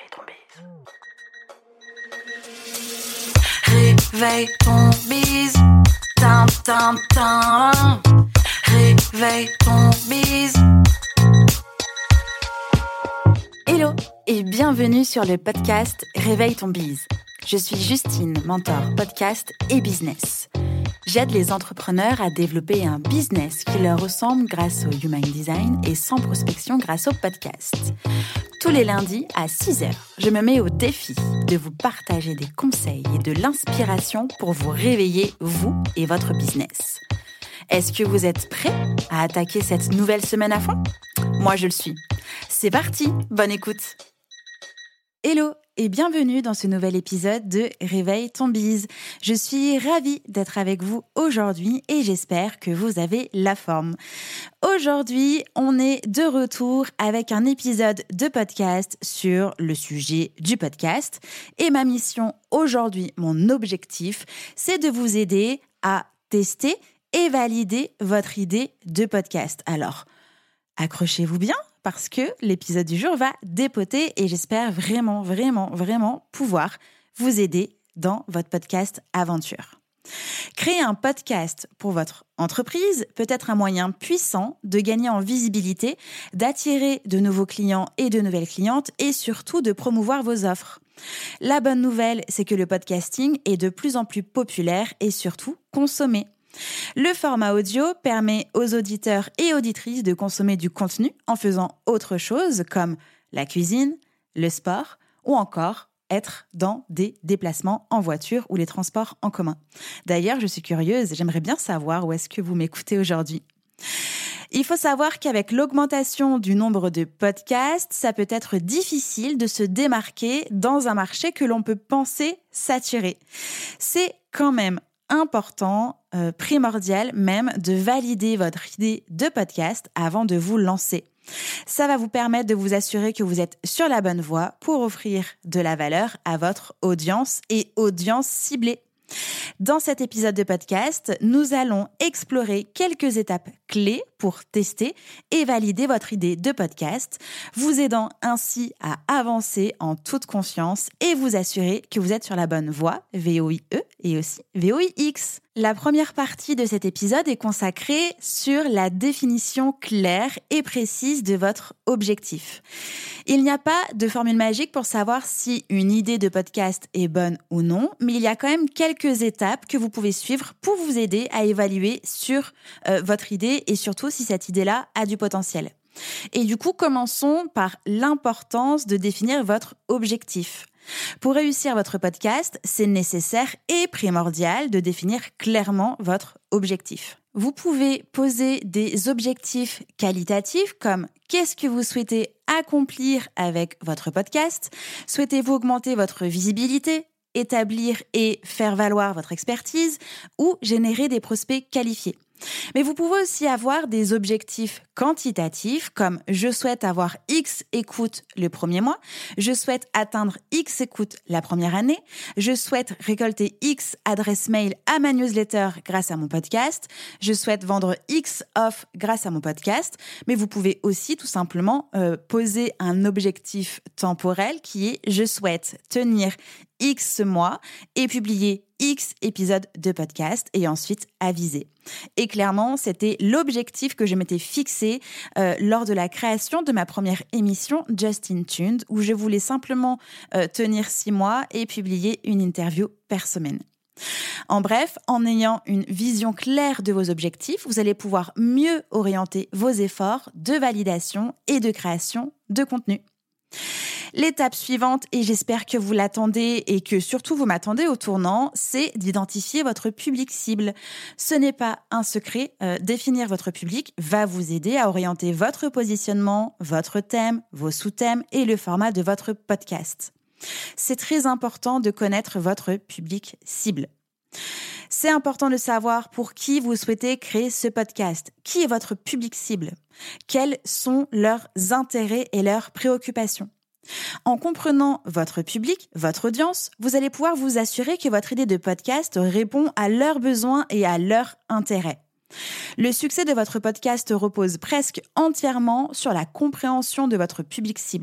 ton bise. Réveille ton bise. Tin, tin, tin. Réveille ton bise. Hello et bienvenue sur le podcast Réveille ton bise. Je suis Justine, mentor podcast et business. J'aide les entrepreneurs à développer un business qui leur ressemble grâce au Human Design et sans prospection grâce au podcast. Tous les lundis à 6h, je me mets au défi de vous partager des conseils et de l'inspiration pour vous réveiller, vous et votre business. Est-ce que vous êtes prêts à attaquer cette nouvelle semaine à fond ? Moi, je le suis. C'est parti, bonne écoute. Hello et bienvenue dans ce nouvel épisode de Réveille ton bise. Je suis ravie d'être avec vous aujourd'hui et j'espère que vous avez la forme. Aujourd'hui, on est de retour avec un épisode de podcast sur le sujet du podcast. Et ma mission aujourd'hui, mon objectif, c'est de vous aider à tester et valider votre idée de podcast. Alors, accrochez-vous bien parce que l'épisode du jour va dépoter et j'espère vraiment pouvoir vous aider dans votre podcast aventure. Créer un podcast pour votre entreprise peut être un moyen puissant de gagner en visibilité, d'attirer de nouveaux clients et de nouvelles clientes et surtout de promouvoir vos offres. La bonne nouvelle, c'est que le podcasting est de plus en plus populaire et surtout consommé. Le format audio permet aux auditeurs et auditrices de consommer du contenu en faisant autre chose comme la cuisine, le sport ou encore être dans des déplacements en voiture ou les transports en commun. D'ailleurs, je suis curieuse, j'aimerais bien savoir où est-ce que vous m'écoutez aujourd'hui. Il faut savoir qu'avec l'augmentation du nombre de podcasts, ça peut être difficile de se démarquer dans un marché que l'on peut penser saturé. C'est quand même important, primordial même, de valider votre idée de podcast avant de vous lancer. Ça va vous permettre de vous assurer que vous êtes sur la bonne voie pour offrir de la valeur à votre audience et audience ciblée. Dans cet épisode de podcast, nous allons explorer quelques étapes clés pour tester et valider votre idée de podcast, vous aidant ainsi à avancer en toute confiance et vous assurer que vous êtes sur la bonne voie, VOIE et aussi VOIX. La première partie de cet épisode est consacrée sur la définition claire et précise de votre objectif. Il n'y a pas de formule magique pour savoir si une idée de podcast est bonne ou non, mais il y a quand même quelques étapes que vous pouvez suivre pour vous aider à évaluer sur votre idée et surtout si cette idée-là a du potentiel. Et du coup, commençons par l'importance de définir votre objectif. Pour réussir votre podcast, c'est nécessaire et primordial de définir clairement votre objectif. Vous pouvez poser des objectifs qualitatifs comme qu'est-ce que vous souhaitez accomplir avec votre podcast ? Souhaitez-vous augmenter votre visibilité, établir et faire valoir votre expertise ou générer des prospects qualifiés ? Mais vous pouvez aussi avoir des objectifs quantitatifs comme je souhaite avoir X écoutes le premier mois, je souhaite atteindre X écoutes la première année, je souhaite récolter X adresses mail à ma newsletter grâce à mon podcast, je souhaite vendre X offres grâce à mon podcast, mais vous pouvez aussi tout simplement poser un objectif temporel qui est je souhaite tenir X mois et publier X épisodes de podcast et ensuite aviser. Et clairement, c'était l'objectif que je m'étais fixé lors de la création de ma première émission Justin Tuned où je voulais simplement tenir 6 mois et publier une interview par semaine. En bref, en ayant une vision claire de vos objectifs, vous allez pouvoir mieux orienter vos efforts de validation et de création de contenu. L'étape suivante, et j'espère que vous l'attendez et que surtout vous m'attendez au tournant, c'est d'identifier votre public cible. Ce n'est pas un secret, définir votre public va vous aider à orienter votre positionnement, votre thème, vos sous-thèmes et le format de votre podcast. C'est très important de connaître votre public cible. C'est important de savoir pour qui vous souhaitez créer ce podcast. Qui est votre public cible ? Quels sont leurs intérêts et leurs préoccupations ? En comprenant votre public, votre audience, vous allez pouvoir vous assurer que votre idée de podcast répond à leurs besoins et à leurs intérêts. Le succès de votre podcast repose presque entièrement sur la compréhension de votre public cible.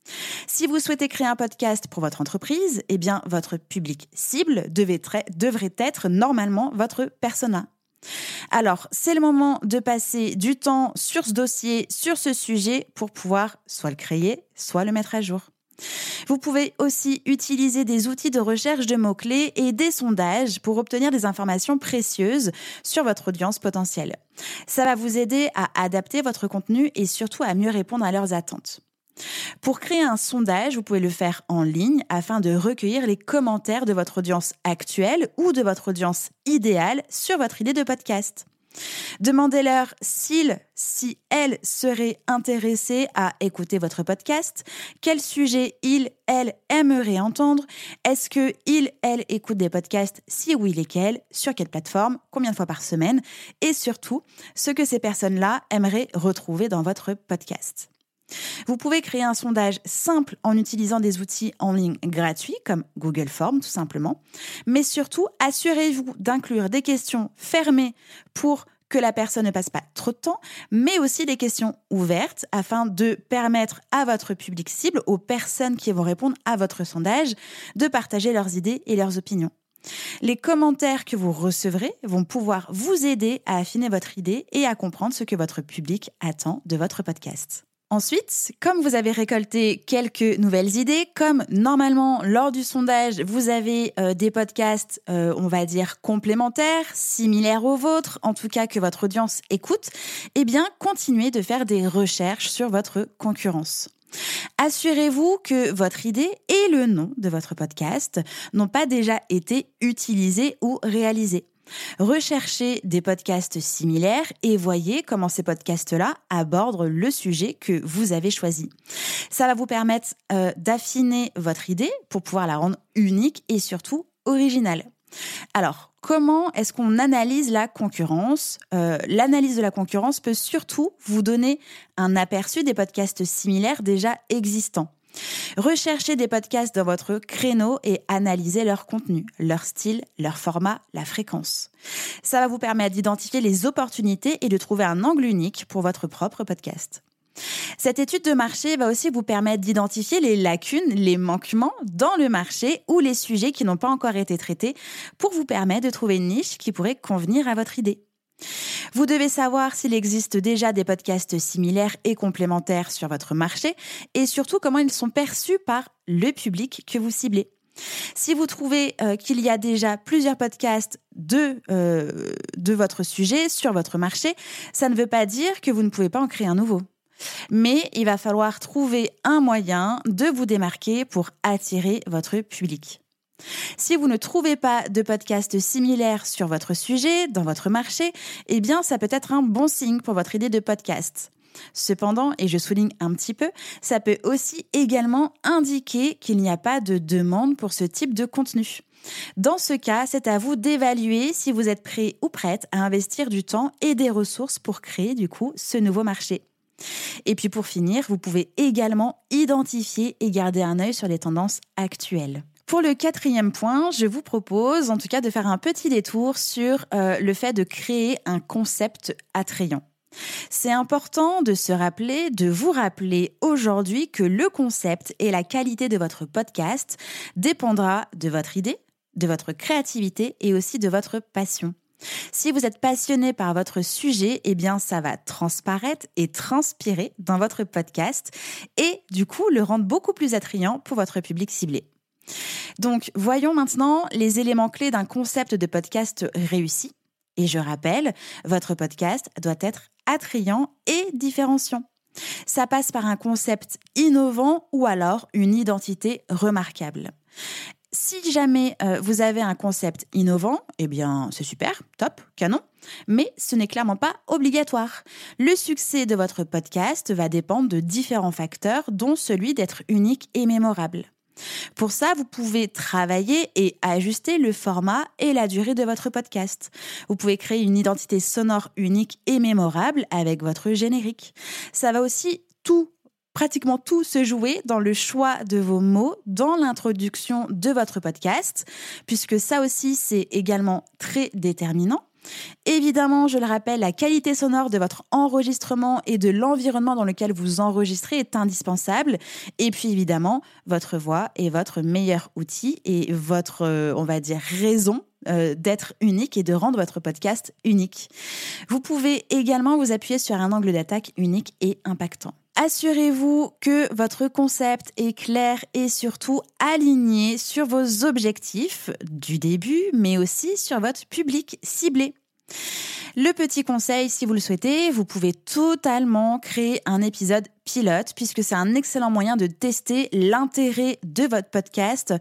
Si vous souhaitez créer un podcast pour votre entreprise, eh bien, votre public cible devrait être normalement votre persona. Alors, c'est le moment de passer du temps sur ce dossier, sur ce sujet, pour pouvoir soit le créer, soit le mettre à jour. Vous pouvez aussi utiliser des outils de recherche de mots-clés et des sondages pour obtenir des informations précieuses sur votre audience potentielle. Ça va vous aider à adapter votre contenu et surtout à mieux répondre à leurs attentes. Pour créer un sondage, vous pouvez le faire en ligne afin de recueillir les commentaires de votre audience actuelle ou de votre audience idéale sur votre idée de podcast. Demandez-leur si elles seraient intéressées à écouter votre podcast, quel sujet elles aimeraient entendre, est-ce que elles écoutent des podcasts, si oui lesquels, sur quelle plateforme, combien de fois par semaine, et surtout, ce que ces personnes-là aimeraient retrouver dans votre podcast. Vous pouvez créer un sondage simple en utilisant des outils en ligne gratuits comme Google Forms tout simplement, mais surtout assurez-vous d'inclure des questions fermées pour que la personne ne passe pas trop de temps, mais aussi des questions ouvertes afin de permettre à votre public cible, aux personnes qui vont répondre à votre sondage, de partager leurs idées et leurs opinions. Les commentaires que vous recevrez vont pouvoir vous aider à affiner votre idée et à comprendre ce que votre public attend de votre podcast. Ensuite, comme vous avez récolté quelques nouvelles idées, comme normalement lors du sondage, vous avez des podcasts, on va dire complémentaires, similaires aux vôtres, en tout cas que votre audience écoute, eh bien continuez de faire des recherches sur votre concurrence. Assurez-vous que votre idée et le nom de votre podcast n'ont pas déjà été utilisés ou réalisés. Recherchez des podcasts similaires et voyez comment ces podcasts-là abordent le sujet que vous avez choisi. Ça va vous permettre d'affiner votre idée pour pouvoir la rendre unique et surtout originale. Alors, comment est-ce qu'on analyse la concurrence ? L'analyse de la concurrence peut surtout vous donner un aperçu des podcasts similaires déjà existants. Recherchez des podcasts dans votre créneau et analysez leur contenu, leur style, leur format, la fréquence. Ça va vous permettre d'identifier les opportunités et de trouver un angle unique pour votre propre podcast. Cette étude de marché va aussi vous permettre d'identifier les lacunes, les manquements dans le marché ou les sujets qui n'ont pas encore été traités pour vous permettre de trouver une niche qui pourrait convenir à votre idée. Vous devez savoir s'il existe déjà des podcasts similaires et complémentaires sur votre marché et surtout comment ils sont perçus par le public que vous ciblez. Si vous trouvez qu'il y a déjà plusieurs podcasts de votre sujet sur votre marché, ça ne veut pas dire que vous ne pouvez pas en créer un nouveau. Mais il va falloir trouver un moyen de vous démarquer pour attirer votre public. Si vous ne trouvez pas de podcast similaire sur votre sujet, dans votre marché, eh bien, ça peut être un bon signe pour votre idée de podcast. Cependant, et je souligne un petit peu, ça peut aussi également indiquer qu'il n'y a pas de demande pour ce type de contenu. Dans ce cas, c'est à vous d'évaluer si vous êtes prêt ou prête à investir du temps et des ressources pour créer, du coup, ce nouveau marché. Et puis pour finir, vous pouvez également identifier et garder un œil sur les tendances actuelles. Pour le 4e point, je vous propose en tout cas de faire un petit détour sur le fait de créer un concept attrayant. C'est important de vous rappeler aujourd'hui que le concept et la qualité de votre podcast dépendra de votre idée, de votre créativité et aussi de votre passion. Si vous êtes passionné par votre sujet, eh bien ça va transparaître et transpirer dans votre podcast et du coup le rendre beaucoup plus attrayant pour votre public ciblé. Donc, voyons maintenant les éléments clés d'un concept de podcast réussi. Et je rappelle, votre podcast doit être attrayant et différenciant. Ça passe par un concept innovant ou alors une identité remarquable. Si jamais vous avez un concept innovant, eh bien c'est super, top, canon, mais ce n'est clairement pas obligatoire. Le succès de votre podcast va dépendre de différents facteurs, dont celui d'être unique et mémorable. Pour ça, vous pouvez travailler et ajuster le format et la durée de votre podcast. Vous pouvez créer une identité sonore unique et mémorable avec votre générique. Ça va aussi pratiquement tout se jouer dans le choix de vos mots dans l'introduction de votre podcast, puisque ça aussi, c'est également très déterminant. Évidemment, je le rappelle, la qualité sonore de votre enregistrement et de l'environnement dans lequel vous enregistrez est indispensable. Et puis évidemment, votre voix est votre meilleur outil et votre, on va dire, raison d'être unique et de rendre votre podcast unique. Vous pouvez également vous appuyer sur un angle d'attaque unique et impactant. Assurez-vous que votre concept est clair et surtout aligné sur vos objectifs du début, mais aussi sur votre public ciblé. Le petit conseil, si vous le souhaitez, vous pouvez totalement créer un épisode pilote puisque c'est un excellent moyen de tester l'intérêt de votre podcast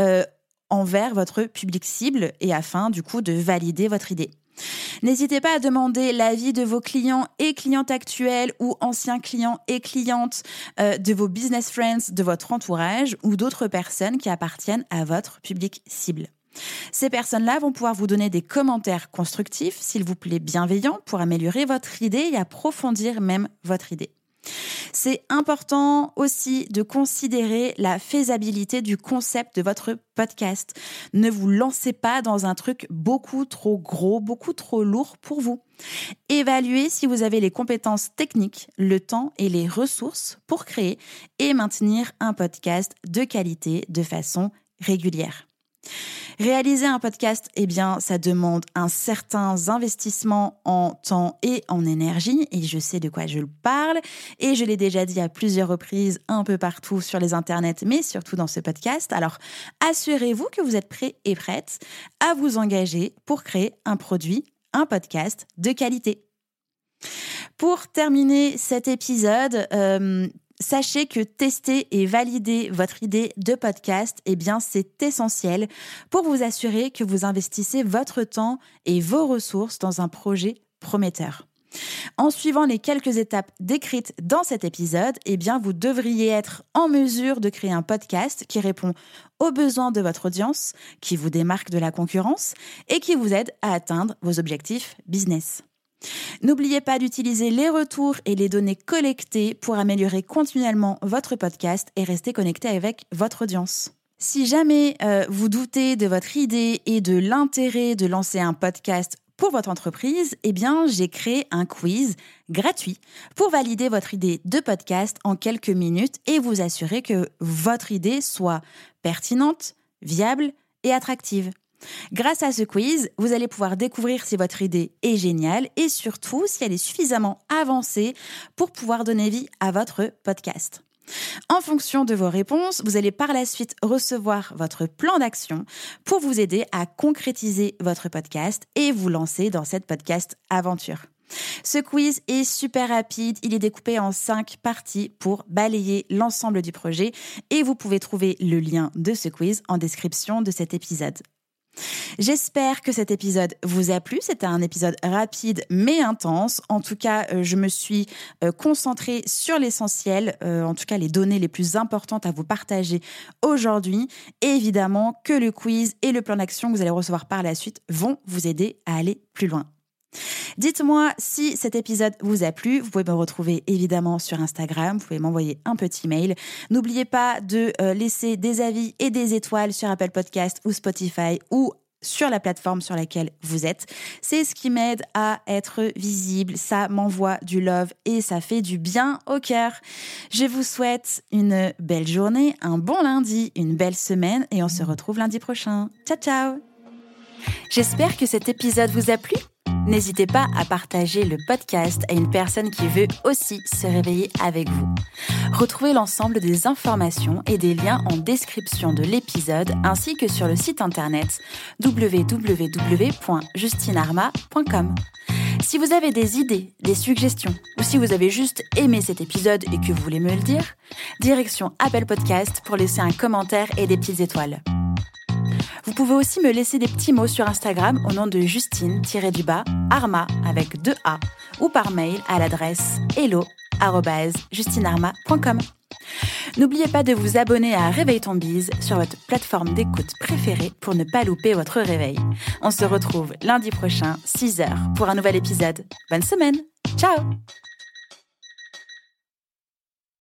envers votre public cible et afin du coup de valider votre idée. N'hésitez pas à demander l'avis de vos clients et clientes actuels ou anciens clients et clientes, de vos business friends, de votre entourage ou d'autres personnes qui appartiennent à votre public cible. Ces personnes-là vont pouvoir vous donner des commentaires constructifs, s'il vous plaît bienveillants, pour améliorer votre idée et approfondir même votre idée. C'est important aussi de considérer la faisabilité du concept de votre podcast. Ne vous lancez pas dans un truc beaucoup trop gros, beaucoup trop lourd pour vous. Évaluez si vous avez les compétences techniques, le temps et les ressources pour créer et maintenir un podcast de qualité de façon régulière. Réaliser un podcast, ça demande un certain investissement en temps et en énergie, et je sais de quoi je parle, et je l'ai déjà dit à plusieurs reprises un peu partout sur les internets, mais surtout dans ce podcast. Alors, assurez-vous que vous êtes prêts et prêtes à vous engager pour créer un produit, un podcast de qualité. Pour terminer cet épisode, sachez que tester et valider votre idée de podcast, c'est essentiel pour vous assurer que vous investissez votre temps et vos ressources dans un projet prometteur. En suivant les quelques étapes décrites dans cet épisode, vous devriez être en mesure de créer un podcast qui répond aux besoins de votre audience, qui vous démarque de la concurrence et qui vous aide à atteindre vos objectifs business. N'oubliez pas d'utiliser les retours et les données collectées pour améliorer continuellement votre podcast et rester connecté avec votre audience. Si jamais vous doutez de votre idée et de l'intérêt de lancer un podcast pour votre entreprise, j'ai créé un quiz gratuit pour valider votre idée de podcast en quelques minutes et vous assurer que votre idée soit pertinente, viable et attractive. Grâce à ce quiz, vous allez pouvoir découvrir si votre idée est géniale et surtout si elle est suffisamment avancée pour pouvoir donner vie à votre podcast. En fonction de vos réponses, vous allez par la suite recevoir votre plan d'action pour vous aider à concrétiser votre podcast et vous lancer dans cette podcast aventure. Ce quiz est super rapide, il est découpé en 5 parties pour balayer l'ensemble du projet et vous pouvez trouver le lien de ce quiz en description de cet épisode. J'espère que cet épisode vous a plu. C'était un épisode rapide mais intense. En tout cas, je me suis concentrée sur l'essentiel, en tout cas les données les plus importantes à vous partager aujourd'hui. Et évidemment que le quiz et le plan d'action que vous allez recevoir par la suite vont vous aider à aller plus loin. Dites-moi si cet épisode vous a plu. Vous pouvez me retrouver évidemment sur Instagram. Vous pouvez m'envoyer un petit mail. N'oubliez pas de laisser des avis et des étoiles sur Apple Podcast ou Spotify ou sur la plateforme sur laquelle vous êtes. C'est ce qui m'aide à être visible. Ça m'envoie du love et ça fait du bien au cœur. Je vous souhaite une belle journée, un bon lundi, une belle semaine et on se retrouve lundi prochain. Ciao, ciao! J'espère que cet épisode vous a plu. N'hésitez pas à partager le podcast à une personne qui veut aussi se réveiller avec vous. Retrouvez l'ensemble des informations et des liens en description de l'épisode ainsi que sur le site internet www.justinarma.com. Si vous avez des idées, des suggestions ou si vous avez juste aimé cet épisode et que vous voulez me le dire, direction Apple Podcast pour laisser un commentaire et des petites étoiles. Vous pouvez aussi me laisser des petits mots sur Instagram au nom de Justine-Arma avec 2 A ou par mail à l'adresse hello@justinarma.com. N'oubliez pas de vous abonner à Réveille ton Biz sur votre plateforme d'écoute préférée pour ne pas louper votre réveil. On se retrouve lundi prochain, 6h, pour un nouvel épisode. Bonne semaine. Ciao!